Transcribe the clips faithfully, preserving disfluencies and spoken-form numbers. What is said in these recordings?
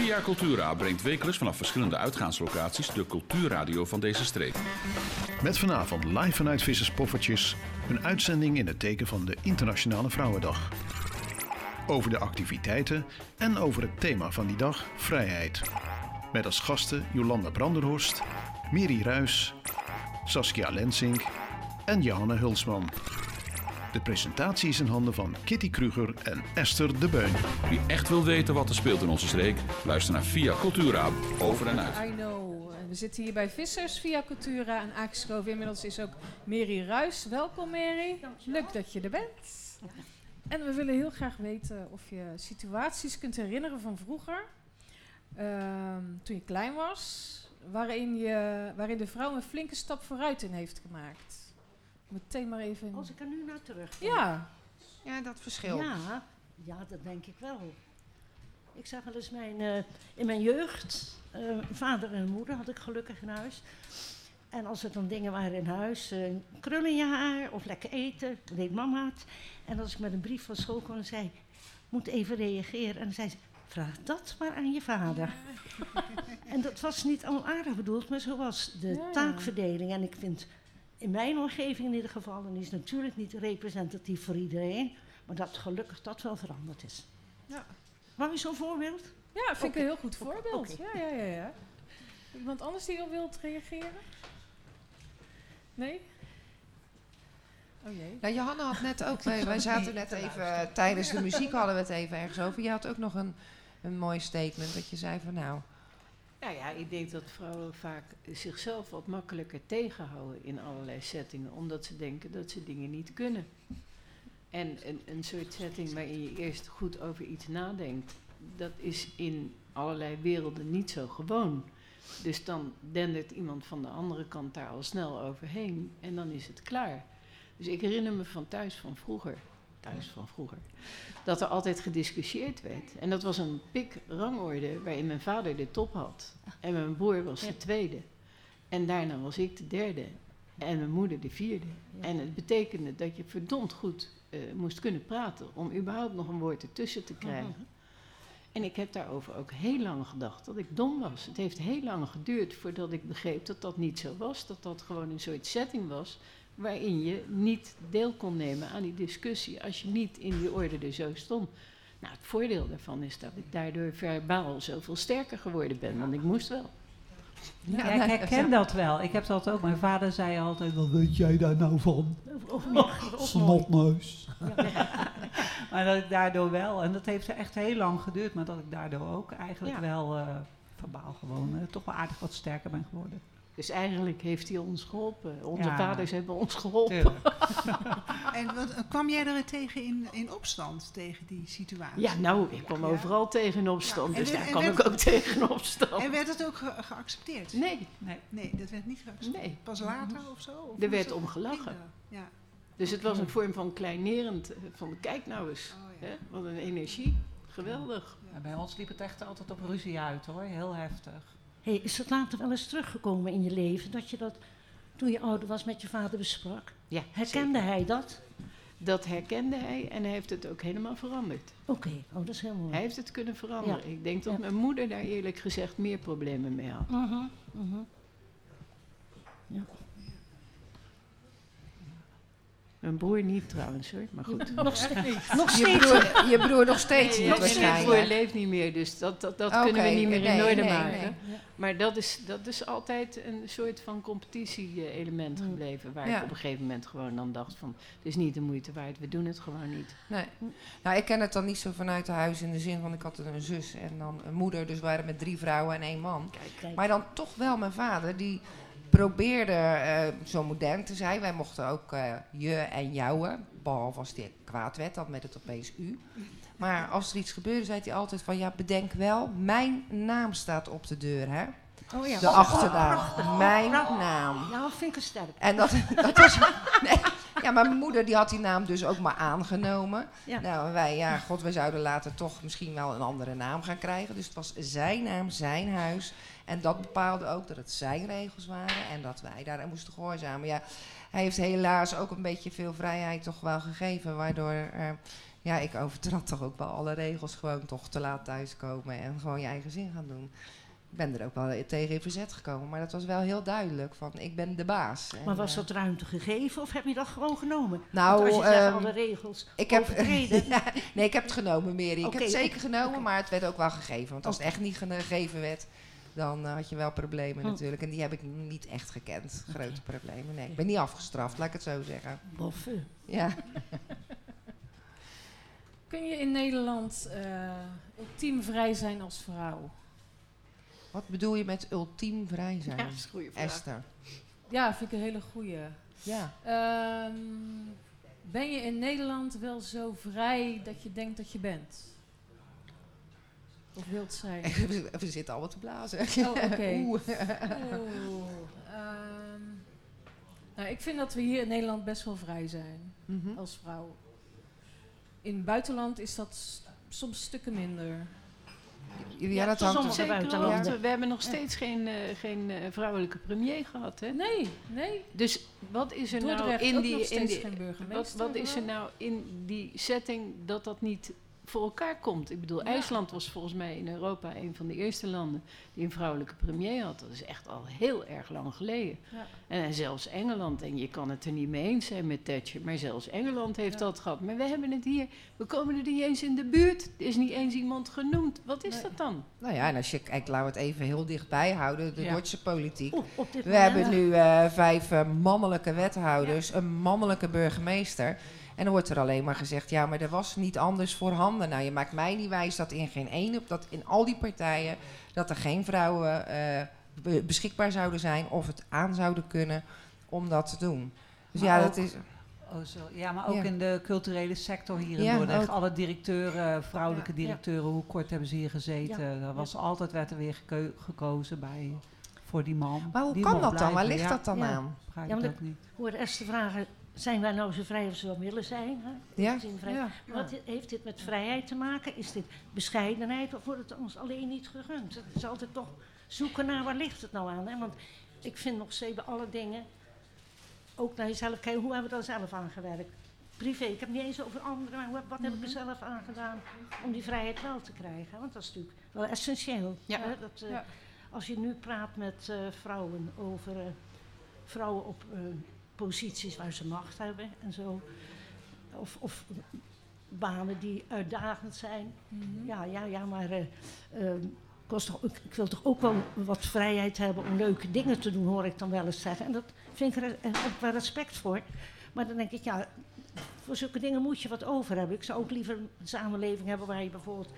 Via Cultura brengt wekelijks vanaf verschillende uitgaanslocaties de cultuurradio van deze streek. Met vanavond live vanuit Visserspoffertjes een uitzending in het teken van de Internationale Vrouwendag. Over de activiteiten en over het thema van die dag, vrijheid. Met als gasten Jolanda Branderhorst, Miri Ruijs, Saskia Lensink en Johanne Hulsman. De presentatie is in handen van Kitty Kruger en Esther de Beun. Wie echt wil weten wat er speelt in onze streek, luister naar Via Cultura, over en uit. I know. We zitten hier bij Vissers Via Cultura en aangeschoven inmiddels is ook Miri Ruijs. Welkom Miri. Leuk dat je er bent. En we willen heel graag weten of je situaties kunt herinneren van vroeger, um, toen je klein was, waarin, je, waarin de vrouw een flinke stap vooruit in heeft gemaakt. Meteen maar even... Als ik er nu naar terug Ja. Ja, dat verschil. Ja, ja, dat denk ik wel. Ik zag wel eens mijn, uh, in mijn jeugd, uh, vader en moeder had ik gelukkig in huis. En als er dan dingen waren in huis, uh, krullenjaar of lekker eten, dat deed mama het. En als ik met een brief van school kwam en zei, moet even reageren. En dan zei ze, vraag dat maar aan je vader. En dat was niet onaardig bedoeld, maar zo was de Ja. taakverdeling. En ik vind... In mijn omgeving in ieder geval, en die is natuurlijk niet representatief voor iedereen, maar dat gelukkig dat wel veranderd is. Ja. Wou je zo'n voorbeeld? Ja, vind ik Okay. een heel goed voorbeeld. Okay. Ja, ja, ja, ja. Iemand anders die al wilt reageren? Nee? Oh jee. Nou, Johanna had net ook, wij, wij zaten net even, uh, tijdens de muziek hadden we het even ergens over. Je had ook nog een, een mooi statement dat je zei van nou... Nou ja, ik denk dat vrouwen vaak zichzelf wat makkelijker tegenhouden in allerlei settingen, omdat ze denken dat ze dingen niet kunnen. En een, een soort setting waarin je eerst goed over iets nadenkt, dat is in allerlei werelden niet zo gewoon. Dus dan dendert iemand van de andere kant daar al snel overheen en dan is het klaar. Dus ik herinner me van thuis van vroeger, thuis van vroeger, dat er altijd gediscussieerd werd. En dat was een pik-rangorde waarin mijn vader de top had. En mijn broer was de tweede. En daarna was ik de derde. En mijn moeder de vierde. Ja. En het betekende dat je verdomd goed uh, moest kunnen praten om überhaupt nog een woord ertussen te krijgen. Uh-huh. En ik heb daarover ook heel lang gedacht dat ik dom was. Het heeft heel lang geduurd voordat ik begreep dat dat niet zo was. Dat dat gewoon een soort setting was waarin je niet deel kon nemen aan die discussie als je niet in die orde er zo stond. Nou, het voordeel daarvan is dat ik daardoor verbaal zoveel sterker geworden ben, want ik moest wel. Ja, ja, ik herken dat wel. Ik heb dat ook. Mijn vader zei altijd, wat weet jij daar nou van? Oh, snotneus. Ja. Maar dat ik daardoor wel, en dat heeft echt heel lang geduurd, maar dat ik daardoor ook eigenlijk ja. wel uh, verbaal gewoon uh, toch wel aardig wat sterker ben geworden. Dus eigenlijk heeft hij ons geholpen. Onze ja. vaders hebben ons geholpen. En wat, kwam jij er tegen in, in opstand tegen die situatie? Ja, nou, ik kwam ja. overal tegen in opstand. Ja. Dus werd, daar kwam ik ook tegen in opstand. En werd het ook ge- geaccepteerd? Nee. nee. Nee, dat werd niet geaccepteerd? Nee. Pas later of zo? Of er werd om gelachen. Ja. Dus het was een vorm van kleinerend. Van kijk nou eens. Oh, ja. Hè? Wat een energie. Geweldig. Ja, bij ons liep het echt altijd op ruzie uit hoor. Heel heftig. Hey, is het later wel eens teruggekomen in je leven dat je dat toen je ouder was met je vader besprak? Ja, herkende zeker. hij dat? Dat herkende hij en hij heeft het ook helemaal veranderd. Oké, okay. oh, dat is heel mooi. Hij heeft het kunnen veranderen. Ja. Ik denk dat ja. mijn moeder daar eerlijk gezegd meer problemen mee had. Uh-huh. Uh-huh. Ja. Mijn broer niet trouwens hoor, maar goed. Nog steeds. Nog steeds. Je, broer, je broer nog steeds nee, niet ja, waarschijnlijk. Mijn broer leeft niet meer, dus dat, dat, dat okay, kunnen we niet meer nee, in orde nee, maken. Nee. Maar dat is, dat is altijd een soort van competitie-element hmm. gebleven. Waar ja. ik op een gegeven moment gewoon dan dacht van, het is niet de moeite waard, we doen het gewoon niet. Nee. Nou, ik ken het dan niet zo vanuit de huis in de zin van, ik had een zus en dan een moeder. Dus we waren met drie vrouwen en één man. Kijk, kijk. Maar dan toch wel mijn vader, die probeerde uh, zo modern te zijn. Wij mochten ook uh, je en jouwe, behalve als die kwaad werd, dan met het opeens u. Maar als er iets gebeurde, zei hij altijd van, ja, bedenk wel, mijn naam staat op de deur, hè. Oh ja. De achternaam. Oh, oh, oh, mijn nou, naam. Nou, vind ik het sterk. En dat, dat was... Nee, ja, maar mijn moeder die had die naam dus ook maar aangenomen. Ja. Nou, en wij, ja, god, wij zouden later toch misschien wel een andere naam gaan krijgen. Dus het was zijn naam, zijn huis. En dat bepaalde ook dat het zijn regels waren en dat wij daaraan moesten gehoorzamen. Ja, hij heeft helaas ook een beetje veel vrijheid toch wel gegeven, waardoor... Uh, Ja, ik overtrad toch ook wel alle regels. Gewoon toch te laat thuiskomen en gewoon je eigen zin gaan doen. Ik ben er ook wel tegen in verzet gekomen, maar dat was wel heel duidelijk van ik ben de baas. Maar en, was dat ruimte gegeven of heb je dat gewoon genomen? Nou, Want als je zegt um, alle regels ik heb, overtreden. ja, nee, ik heb het genomen, Mary. Ik Okay, heb het zeker okay, genomen, okay. maar het werd ook wel gegeven. Want als Okay. het echt niet gegeven werd, dan uh, had je wel problemen Hm. natuurlijk. En die heb ik niet echt gekend, grote okay. problemen. Nee, ik ben niet afgestraft, laat ik het zo zeggen. Boffen. Ja. Kun je in Nederland uh, ultiem vrij zijn als vrouw? Wat bedoel je met ultiem vrij zijn, Ja, dat is een goede vraag. Esther? Ja, vind ik een hele goeie. Ja. Um, ben je in Nederland wel zo vrij dat je denkt dat je bent? Of wilt zijn? We, we zitten al wat te blazen. Oh, oké. Okay. Oeh. Um, nou, ik vind dat we hier in Nederland best wel vrij zijn Mm-hmm. als vrouw. In het buitenland is dat s- soms stukken minder. Ja, dat hangt er Zeker buitenland. wel. We hebben nog steeds ja. geen, uh, geen uh, vrouwelijke premier gehad, hè? Nee, nee. Dus wat is er Dordrecht nou in die, in die geen burgemeester, wat, wat is er nou in die setting dat dat niet voor elkaar komt? Ik bedoel, ja. IJsland was volgens mij in Europa een van de eerste landen die een vrouwelijke premier had. Dat is echt al heel erg lang geleden. Ja. En, en zelfs Engeland, en je kan het er niet mee eens zijn met Thatcher, maar zelfs Engeland heeft ja. dat gehad. Maar we hebben het hier, we komen er niet eens in de buurt. Er is niet eens iemand genoemd. Wat is nee. dat dan? Nou ja, en als je kijkt, laten we het even heel dichtbij houden, de ja. Duitse politiek. Oeh, op dit we moment. hebben nu uh, vijf uh, mannelijke wethouders, ja. een mannelijke burgemeester. En dan wordt er alleen maar gezegd, ja, maar er was niet anders voorhanden. Nou, je maakt mij niet wijs dat in geen ene, dat in al die partijen, dat er geen vrouwen uh, beschikbaar zouden zijn of het aan zouden kunnen om dat te doen. Dus maar ja, ook, dat is... Oh, zo, ja, maar ook ja. in de culturele sector hier in ja, Dordrecht. ook. Alle directeuren, vrouwelijke ja, directeuren, ja. hoe kort hebben ze hier gezeten? Ja. Er was ja. altijd werd er weer geko- gekozen bij, voor die man. Maar hoe die kan dat blijven. dan? Waar ligt ja. dat dan ja. aan? Begrijp ja, ik ik ook niet. hoor Esther vragen, zijn wij nou zo vrij als we wel willen zijn? Hè? Ja. Vrij. ja. Wat heeft dit met vrijheid te maken? Is dit bescheidenheid of wordt het ons alleen niet gegund? Het is altijd toch zoeken naar waar ligt het nou aan? Hè? Want ik vind nog steeds bij alle dingen, ook naar jezelf kijken, hoe hebben we daar zelf aan gewerkt? Privé, ik heb het niet eens over anderen, maar wat heb ik er zelf aan gedaan om die vrijheid wel te krijgen? Want dat is natuurlijk wel essentieel. Ja. Hè? Dat, uh, ja. Als je nu praat met uh, vrouwen over uh, vrouwen op uh, posities waar ze macht hebben en zo, of, of banen die uitdagend zijn. Mm-hmm. Ja, ja, ja, maar uh, uh, ik, toch, ik, ik wil toch ook wel wat vrijheid hebben om leuke dingen te doen, hoor ik dan wel eens zeggen. En dat vind ik, er heb ik wel respect voor. Maar dan denk ik, ja, voor zulke dingen moet je wat over hebben. Ik zou ook liever een samenleving hebben waar je bijvoorbeeld,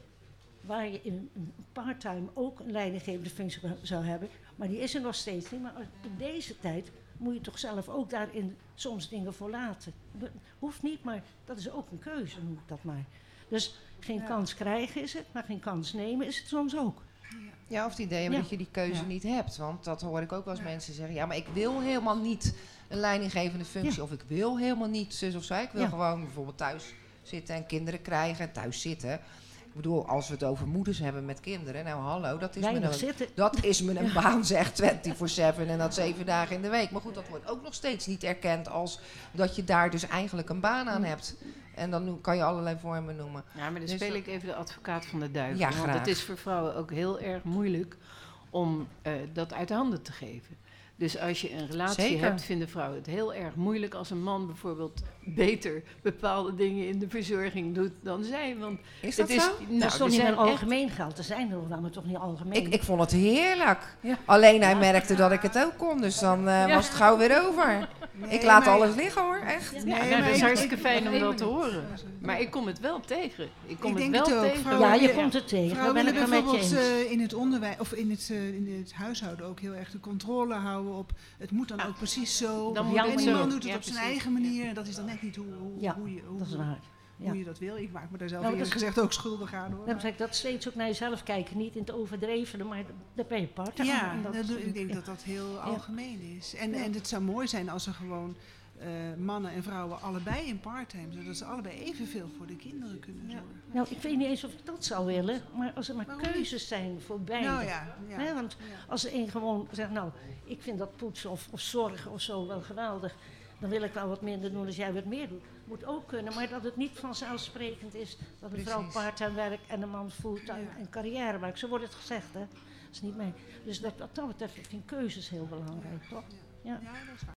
waar je in een part-time ook een leidinggevende functie zou hebben. Maar die is er nog steeds niet. Maar in deze tijd moet je toch zelf ook daarin soms dingen voor laten. Hoeft niet, maar dat is ook een keuze, noem ik dat maar. Dus geen ja. kans krijgen is het, maar geen kans nemen is het soms ook. Ja, of het idee hebben ja. dat je die keuze ja. niet hebt. Want dat hoor ik ook wel eens ja. mensen zeggen. Ja, maar ik wil helemaal niet een leidinggevende functie. Ja. Of ik wil helemaal niet zus of zo. Ik wil ja. gewoon bijvoorbeeld thuis zitten en kinderen krijgen en thuis zitten. Ik bedoel, als we het over moeders hebben met kinderen. Nou, hallo, dat is me een, dat is me een ja. baan, zeg, vierentwintig zeven en dat zeven dagen in de week. Maar goed, dat wordt ook nog steeds niet erkend als dat je daar dus eigenlijk een baan aan hebt. En dan kan je allerlei vormen noemen. Ja, maar dan dus speel ik even de advocaat van de duivel. Ja, want graag. het is voor vrouwen ook heel erg moeilijk om uh, dat uit handen te geven. Dus als je een relatie Zeker. hebt, vinden vrouwen het heel erg moeilijk als een man bijvoorbeeld beter bepaalde dingen in de verzorging doet dan zij. Want is dat het zo? is, nou, dat is toch niet echt... een algemeen geld. Er zijn er wel, maar toch niet algemeen. Ik, ik vond het heerlijk. Ja. Alleen hij merkte dat ik het ook kon, dus dan uh, ja. was het gauw weer over. Nee, ik laat maar... alles liggen hoor, echt. Ja, nee, nou, dat is hartstikke fijn om dat te horen. Maar ik kom het wel tegen. Ik kom ik het denk wel het ook. tegen. Vrouwen, ja, je ja. komt het tegen. Vrouwen ben willen ik bijvoorbeeld uh, in het onderwijs of in het, uh, in het huishouden ook heel erg de controle houden op. Het moet dan ook precies zo. Dan en die man doet het ja, op zijn precies. eigen manier. En dat is dan net niet hoe, hoe, ja, hoe, je, hoe, dat is waar. hoe ja. je dat wil. Ik maak me daar zelf nou, eerlijk gezegd ook schuldig aan hoor. Dan zeg ik dat steeds ook naar jezelf kijken. Niet in het overdrevene, maar daar ben je partner. Ja, dat, dat, ik denk ja. dat dat heel ja. algemeen is. En, ja. en het zou mooi zijn als er gewoon uh, mannen en vrouwen allebei in parttime, zodat ze allebei evenveel voor de kinderen kunnen zorgen. Ja. Nou, ik weet niet eens of ik dat zou willen, maar als er maar, maar keuzes zijn voor beiden. Nou ja, ja. Hè, want ja. als de een gewoon zegt, nou, ik vind dat poetsen of, of zorgen of zo wel geweldig. dan wil ik wel wat minder doen als jij wat meer doet. Moet ook kunnen, maar dat het niet vanzelfsprekend is dat een vrouw Precies. part-time werkt en een man fulltime Ja. en carrière maakt. Zo wordt het gezegd, hè. Dat is niet mee. Dus dat, wat dat betreft vind ik keuzes heel belangrijk, toch? Ja. Ja, dat is waar.